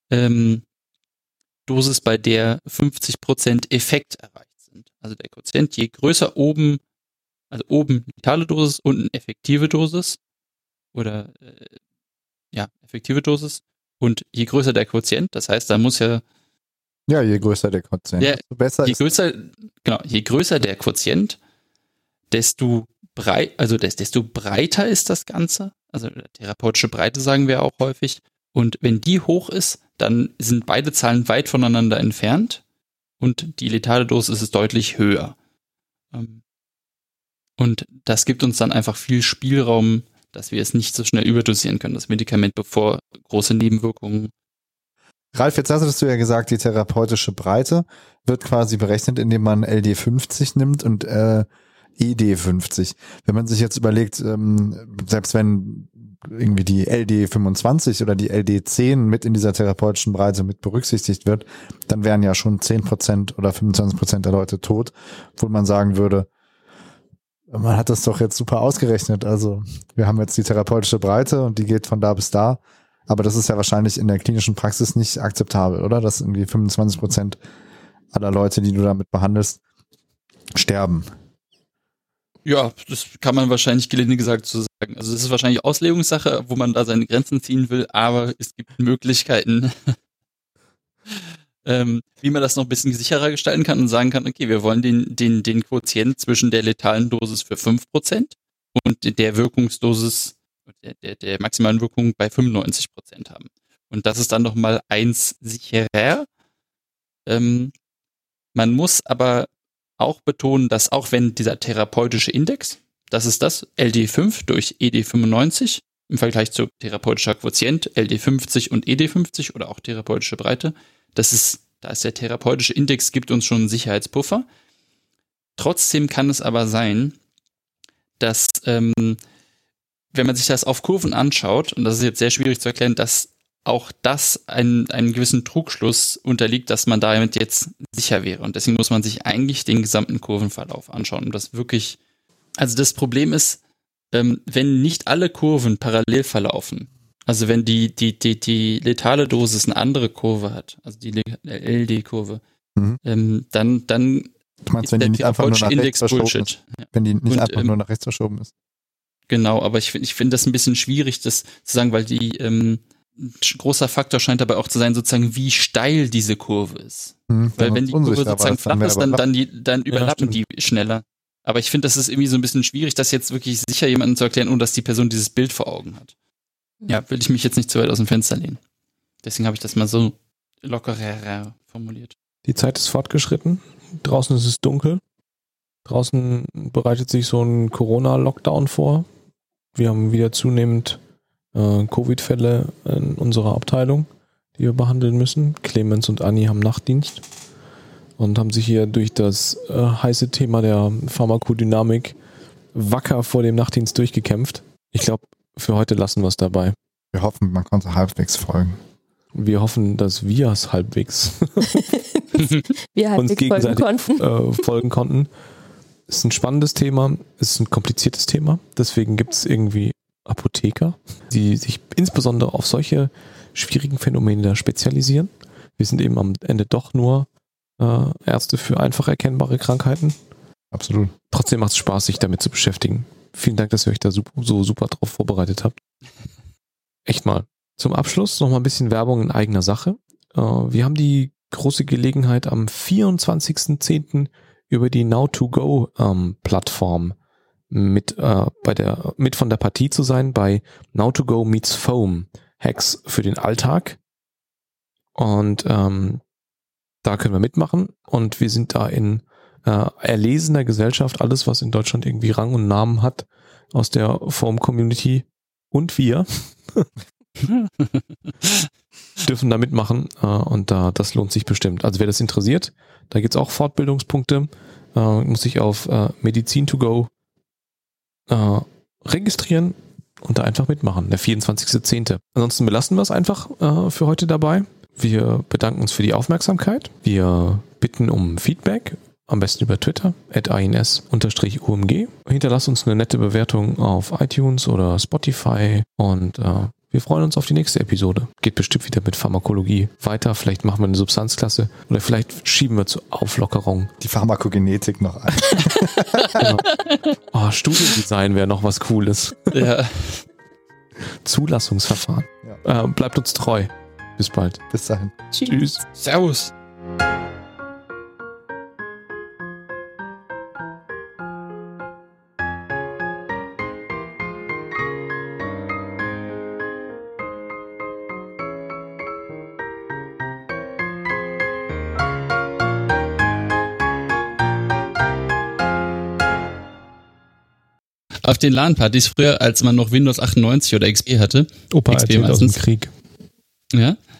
Dosis, bei der 50% Effekt erreicht sind. Also der Quotient, je größer oben letale Dosis, unten effektive Dosis oder effektive Dosis und je größer der Quotient, das heißt, da muss je größer der Quotient, desto besser je größer der Quotient, desto breiter ist das Ganze, also therapeutische Breite sagen wir auch häufig. Und wenn die hoch ist, dann sind beide Zahlen weit voneinander entfernt und die letale Dosis ist deutlich höher. Und das gibt uns dann einfach viel Spielraum, dass wir es nicht so schnell überdosieren können, das Medikament, bevor große Nebenwirkungen. Ralf, jetzt hast du ja gesagt, die therapeutische Breite wird quasi berechnet, indem man LD50 nimmt und ED50. Wenn man sich jetzt überlegt, selbst wenn irgendwie die LD25 oder die LD10 mit in dieser therapeutischen Breite mit berücksichtigt wird, dann wären ja schon 10% oder 25% der Leute tot, wo man sagen würde, man hat das doch jetzt super ausgerechnet. Also wir haben jetzt die therapeutische Breite und die geht von da bis da. Aber das ist ja wahrscheinlich in der klinischen Praxis nicht akzeptabel, oder? Dass irgendwie 25% aller Leute, die du damit behandelst, sterben. Ja, das kann man wahrscheinlich gelinde gesagt so sagen. Also es ist wahrscheinlich Auslegungssache, wo man da seine Grenzen ziehen will, aber es gibt Möglichkeiten, wie man das noch ein bisschen sicherer gestalten kann und sagen kann, okay, wir wollen den Quotient zwischen der letalen Dosis für 5% und der Wirkungsdosis, der maximalen Wirkung bei 95% haben. Und das ist dann nochmal eins sicherer. Man muss aber auch betonen, dass auch wenn dieser therapeutische Index, das ist das LD5 durch ED95 im Vergleich zu therapeutischer Quotient, LD50 und ED50 oder auch therapeutische Breite, da ist der therapeutische Index, gibt uns schon einen Sicherheitspuffer. Trotzdem kann es aber sein, dass wenn man sich das auf Kurven anschaut, und das ist jetzt sehr schwierig zu erklären, dass auch das einem gewissen Trugschluss unterliegt, dass man damit jetzt sicher wäre. Und deswegen muss man sich eigentlich den gesamten Kurvenverlauf anschauen, um das wirklich. Also das Problem ist, wenn nicht alle Kurven parallel verlaufen, also wenn die letale Dosis eine andere Kurve hat, also die LD-Kurve, dann du meinst, wenn die nicht einfach nur nach rechts verschoben ist? Ja. Wenn die nicht einfach nur nach rechts verschoben ist. Genau, aber ich finde das ein bisschen schwierig, das zu sagen, weil ein großer Faktor scheint dabei auch zu sein, sozusagen, wie steil diese Kurve ist. Weil wenn die Kurve sozusagen flach ist, dann überlappen die schneller. Aber ich finde, das ist irgendwie so ein bisschen schwierig, das jetzt wirklich sicher jemandem zu erklären, ohne dass die Person dieses Bild vor Augen hat. Ja, will ich mich jetzt nicht zu weit aus dem Fenster lehnen. Deswegen habe ich das mal so lockerer formuliert. Die Zeit ist fortgeschritten. Draußen ist es dunkel. Draußen bereitet sich so ein Corona-Lockdown vor. Wir haben wieder zunehmend Covid-Fälle in unserer Abteilung, die wir behandeln müssen. Clemens und Anni haben Nachtdienst und haben sich hier durch das heiße Thema der Pharmakodynamik wacker vor dem Nachtdienst durchgekämpft. Ich glaube, für heute lassen wir es dabei. Wir hoffen, man konnte halbwegs folgen. Wir hoffen, dass wir es halbwegs uns gegenseitig folgen konnten. Es ist ein spannendes Thema, es ist ein kompliziertes Thema. Deswegen gibt es irgendwie Apotheker, die sich insbesondere auf solche schwierigen Phänomene da spezialisieren. Wir sind eben am Ende doch nur Ärzte für einfach erkennbare Krankheiten. Absolut. Trotzdem macht es Spaß, sich damit zu beschäftigen. Vielen Dank, dass ihr euch da so super drauf vorbereitet habt. Echt mal. Zum Abschluss noch mal ein bisschen Werbung in eigener Sache. Wir haben die große Gelegenheit, am 24.10. über die Now2Go mit von der Partie zu sein bei Now2Go Meets Foam. Hacks für den Alltag. Und da können wir mitmachen. Und wir sind da in erlesener Gesellschaft, alles, was in Deutschland irgendwie Rang und Namen hat, aus der Foam-Community und wir dürfen da mitmachen und das lohnt sich bestimmt. Also wer das interessiert, da gibt's auch Fortbildungspunkte, muss sich auf Medizin2Go registrieren und da einfach mitmachen, der 24.10. Ansonsten belassen wir es einfach für heute dabei. Wir bedanken uns für die Aufmerksamkeit. Wir bitten um Feedback. Am besten über Twitter, @ins_umg. Hinterlasst uns eine nette Bewertung auf iTunes oder Spotify und wir freuen uns auf die nächste Episode. Geht bestimmt wieder mit Pharmakologie weiter. Vielleicht machen wir eine Substanzklasse oder vielleicht schieben wir zur Auflockerung die Pharmakogenetik noch ein. Genau. Oh, Studiendesign wäre noch was Cooles. Ja. Zulassungsverfahren. Ja. Bleibt uns treu. Bis bald. Bis dahin. Tschüss. Servus. Auf den LAN-Partys früher, als man noch Windows 98 oder XP hatte. Opa XP erzählt aus dem meistens. Krieg. Ja.